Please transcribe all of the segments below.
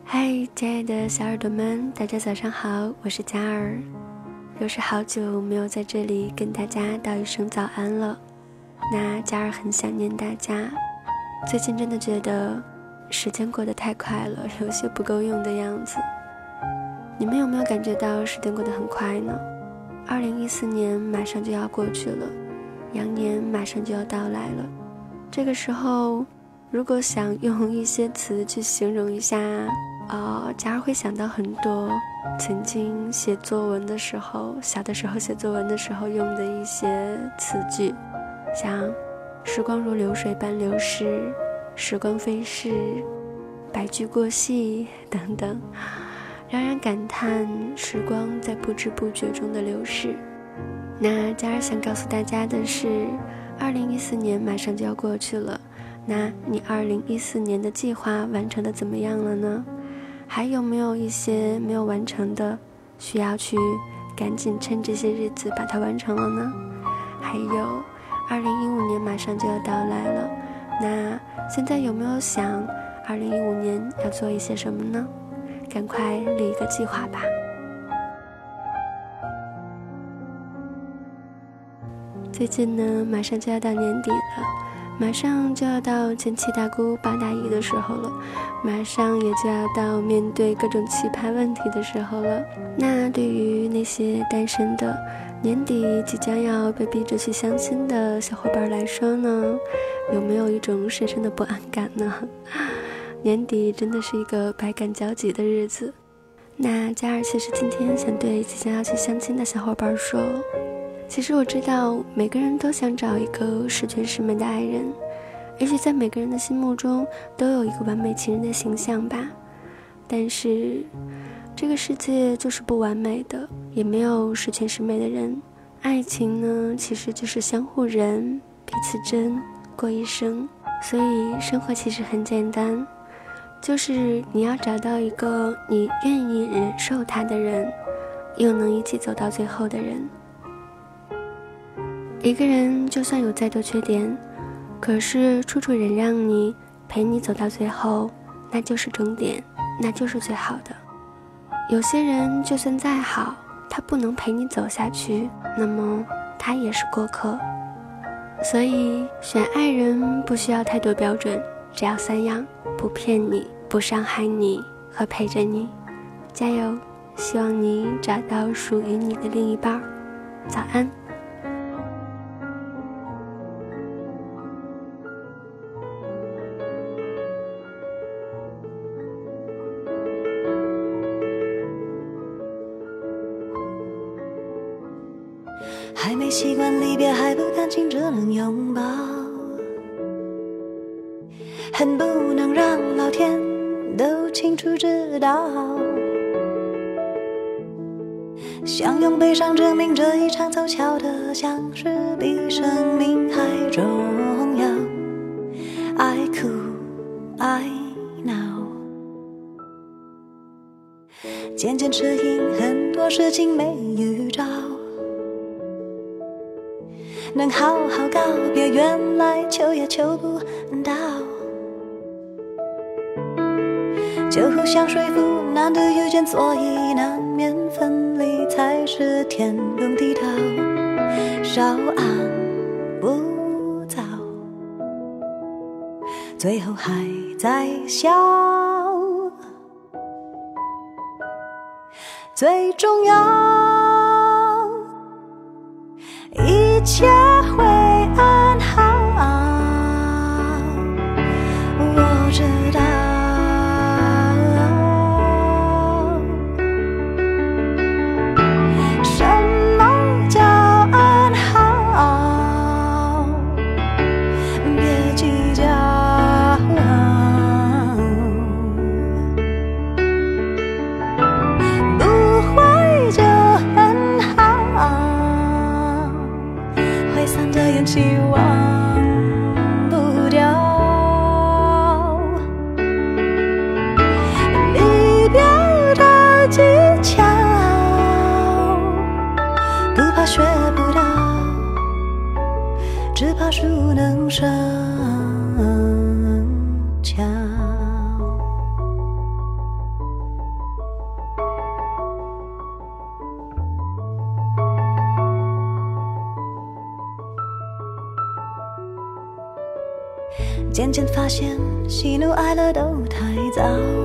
嗨，亲爱的小耳朵们，大家早上好，我是嘉儿。又是好久没有在这里跟大家道一声早安了，那嘉儿很想念大家。最近真的觉得时间过得太快了，有些不够用的样子。你们有没有感觉到时间过得很快呢？2014年马上就要过去了，羊年马上就要到来了。这个时候如果想用一些词去形容一下嘉儿会想到很多曾经写作文的时候，小的时候写作文的时候用的一些词句，像时光如流水般流逝，时光飞逝，白驹过隙等等，让人感叹时光在不知不觉中的流逝。那嘉儿想告诉大家的是，2014年马上就要过去了，那你2014年的计划完成的怎么样了呢？还有没有一些没有完成的，需要去赶紧趁这些日子把它完成了呢？还有2015年马上就要到来了，那现在有没有想2015年要做一些什么呢？赶快立一个计划吧。最近呢，马上就要到年底了，马上就要到前七大姑八大姨的时候了，马上也就要到面对各种奇葩问题的时候了。那对于那些单身的，年底即将要被逼着去相亲的小伙伴来说呢，有没有一种深深的不安感呢？年底真的是一个百感交集的日子。那嘉儿其实今天想对即将要去相亲的小伙伴说，其实我知道每个人都想找一个十全十美的爱人，也许在每个人的心目中都有一个完美情人的形象吧，但是这个世界就是不完美的，也没有十全十美的人。爱情呢，其实就是相互忍，彼此真，过一生。所以生活其实很简单，就是你要找到一个你愿意忍受他的人，又能一起走到最后的人。一个人就算有再多缺点，可是处处忍让你，陪你走到最后，那就是终点，那就是最好的。有些人就算再好，他不能陪你走下去，那么他也是过客。所以选爱人不需要太多标准，只要3样：不骗你，不伤害你，和陪着你。加油，希望你找到属于你的另一半。早安。 还没习惯离别，还不甘心只能拥抱，恨不能让老天都清楚知道，想用悲伤证明这一场凑巧的相识比生命还重要。爱哭爱闹，渐渐适应很多事情没预兆，能好好告别，原来求也求不到，就互相说服，难得遇见，所以难免分离，才是天公地道，稍安勿躁，最后还在笑，最重要一切会安好，我知道什么叫安好，别计较，不会就很好，挥散的眼希望不掉，离别的技巧不怕学不到，只怕熟能生巧。 渐渐发现喜怒哀乐都太早，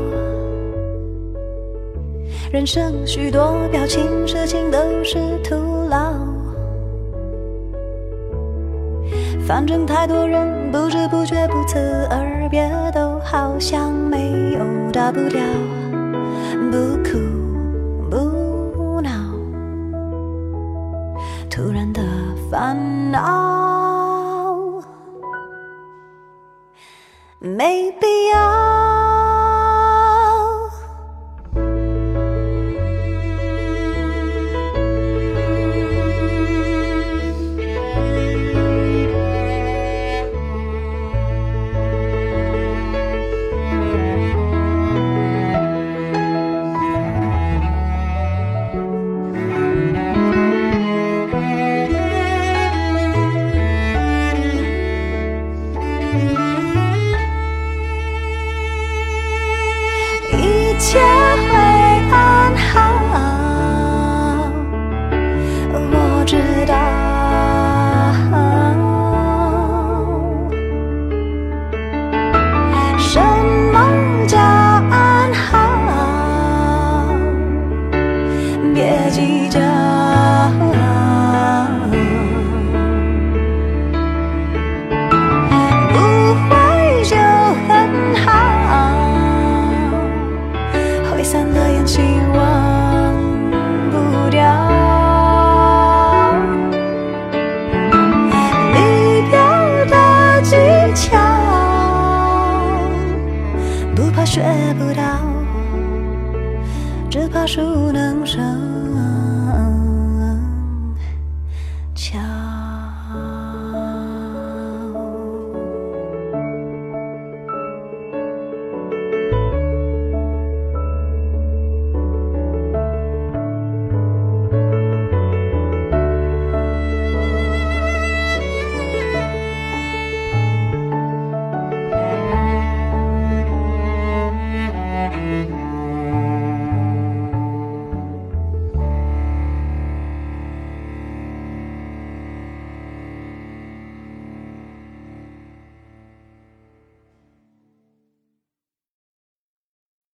人生许多表情事情都是徒劳，反正太多人不知不觉不辞而别，都好像没有大不了，不哭不闹，突然的烦恼没必要。一切会安好，我知道。什么叫安好？别计较。不会就很好，挥散了眼希望不掉，离别的技巧不怕学不到，只怕熟能生巧。